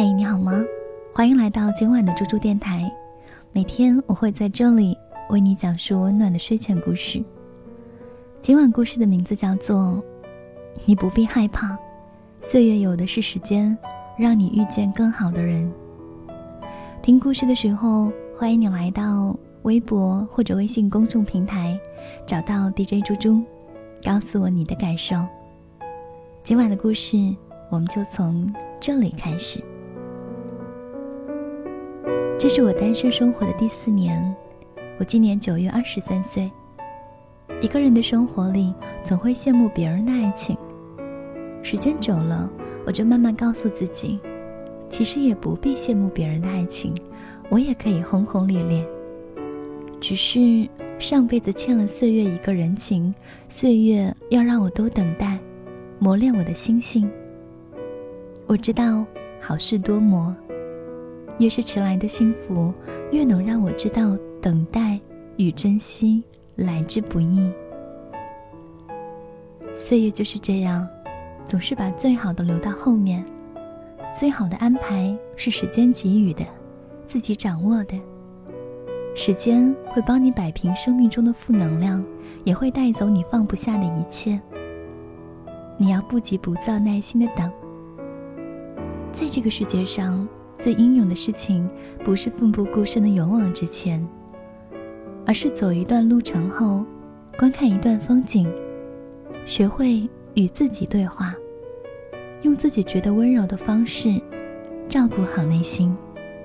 嘿，你好吗？欢迎来到今晚的猪猪电台。每天我会在这里为你讲述温暖的睡前故事。今晚故事的名字叫做你不必害怕，岁月有的是时间让你遇见更好的人。听故事的时候，欢迎你来到微博或者微信公众平台，找到 DJ 猪猪，告诉我你的感受。今晚的故事我们就从这里开始。这是我单身生活的第4年，我今年9月23岁。一个人的生活里总会羡慕别人的爱情，时间久了，我就慢慢告诉自己，其实也不必羡慕别人的爱情，我也可以轰轰烈烈。只是上辈子欠了岁月一个人情，岁月要让我多等待，磨练我的心性。我知道好事多磨，越是迟来的幸福，越能让我知道等待与珍惜来之不易。岁月就是这样，总是把最好的留到后面。最好的安排是时间给予的，自己掌握的。时间会帮你摆平生命中的负能量，也会带走你放不下的一切。你要不急不躁，耐心的等。在这个世界上，最英勇的事情不是奋不顾身的勇往直前，而是走一段路程后，观看一段风景，学会与自己对话，用自己觉得温柔的方式照顾好内心。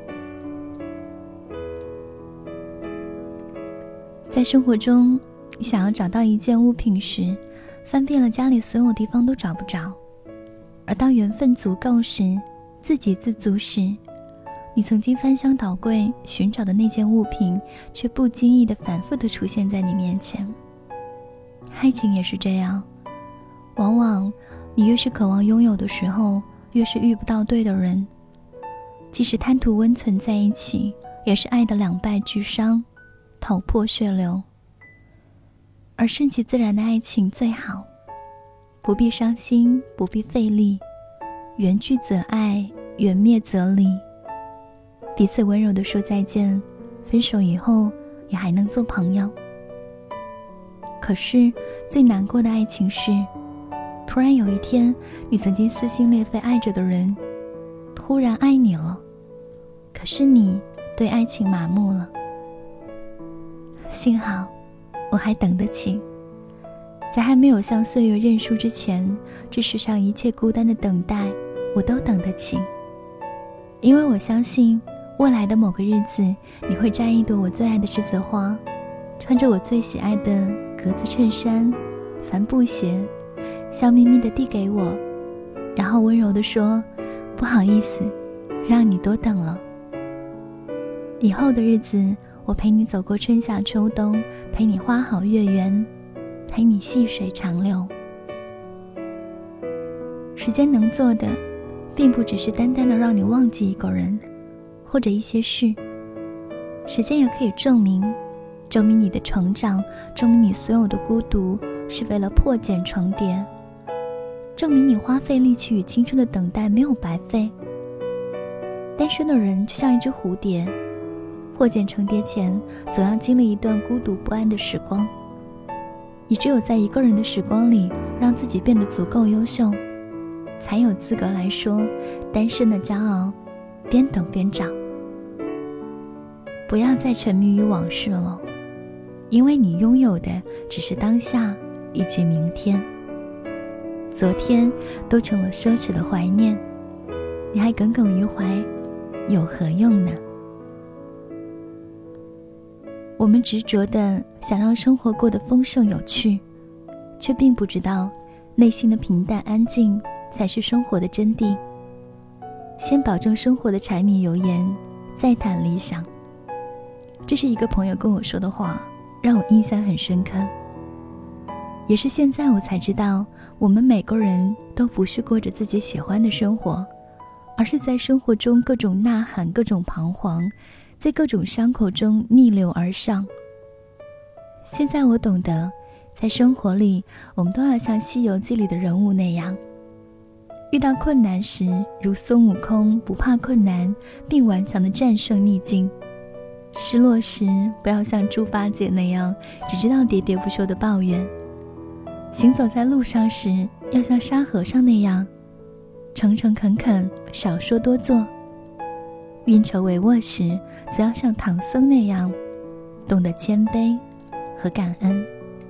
在生活中，你想要找到一件物品时，翻遍了家里所有地方都找不着，而当缘分足够时，自给自足时，你曾经翻箱倒柜寻找的那件物品，却不经意地反复地出现在你面前。爱情也是这样，往往你越是渴望拥有的时候，越是遇不到对的人。即使贪图温存在一起，也是爱的两败俱伤，头破血流。而顺其自然的爱情最好，不必伤心，不必费力，缘聚则爱，缘灭则离。彼此温柔地说再见，分手以后也还能做朋友。可是最难过的爱情是，突然有一天，你曾经撕心裂肺爱着的人突然爱你了，可是你对爱情麻木了。幸好我还等得起，在还没有向岁月认输之前，这世上一切孤单的等待我都等得起。因为我相信未来的某个日子，你会摘一朵我最爱的栀子花，穿着我最喜爱的格子衬衫、帆布鞋，笑眯眯地递给我，然后温柔地说，不好意思让你多等了。以后的日子，我陪你走过春夏秋冬，陪你花好月圆，陪你细水长流。时间能做的并不只是单单的让你忘记一个人或者一些事，时间也可以证明你的成长，证明你所有的孤独是为了破茧成蝶，证明你花费力气与青春的等待没有白费。单身的人就像一只蝴蝶，破茧成蝶前总要经历一段孤独不安的时光。你只有在一个人的时光里让自己变得足够优秀，才有资格来说单身的骄傲，边等边长。不要再沉迷于往事了，因为你拥有的只是当下以及明天，昨天都成了奢侈的怀念，你还耿耿于怀，有何用呢？我们执着的想让生活过得丰盛有趣，却并不知道内心的平淡安静才是生活的真谛。先保证生活的柴米油盐，再谈理想。这是一个朋友跟我说的话，让我印象很深刻。也是现在我才知道，我们每个人都不是过着自己喜欢的生活，而是在生活中各种呐喊，各种彷徨，在各种伤口中逆流而上。现在我懂得，在生活里，我们都要像《西游记》里的人物那样， 遇到困难时，如孙悟空不怕困难，并顽强地战胜逆境；失落时，不要像猪八戒那样只知道喋喋不休的抱怨；行走在路上时，要像沙和尚那样诚诚恳恳，少说多做；运筹帷幄时，则要像唐僧那样懂得谦卑和感恩。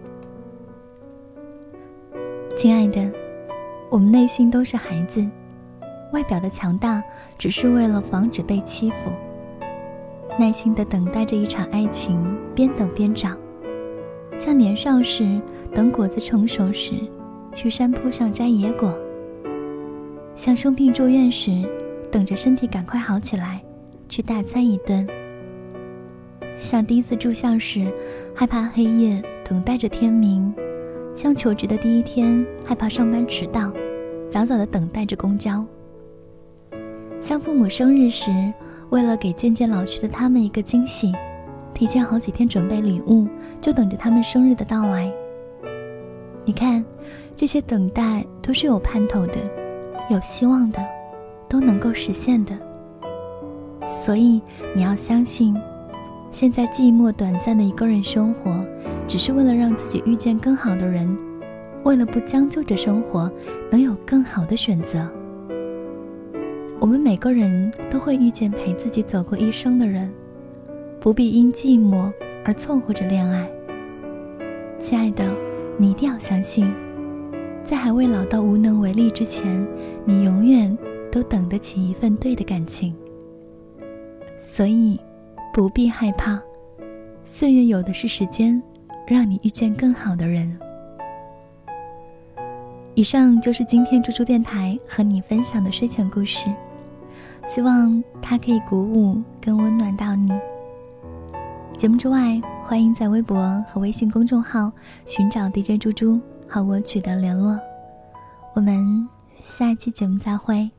亲爱的，我们内心都是孩子，外表的强大只是为了防止被欺负，耐心地等待着一场爱情，边等边长，像年少时等果子成熟时去山坡上摘野果，像生病住院时等着身体赶快好起来去大餐一顿，像第一次住校时害怕黑夜等待着天明，像求职的第一天害怕上班迟到早早地等待着公交，像父母生日时为了给渐渐老去的他们一个惊喜，提前好几天准备礼物，就等着他们生日的到来。你看，这些等待都是有盼头的，有希望的，都能够实现的。所以你要相信，现在寂寞短暂的一个人生活，只是为了让自己遇见更好的人，为了不将就着生活，能有更好的选择。我们每个人都会遇见陪自己走过一生的人，不必因寂寞而凑合着恋爱。亲爱的，你一定要相信，在还未老到无能为力之前，你永远都等得起一份对的感情。所以不必害怕，岁月有的是时间让你遇见更好的人。以上就是今天猪猪电台和你分享的睡前故事，希望它可以鼓舞跟温暖到你。节目之外，欢迎在微博和微信公众号寻找 DJ 猪猪和我取得联络。我们下一期节目再会。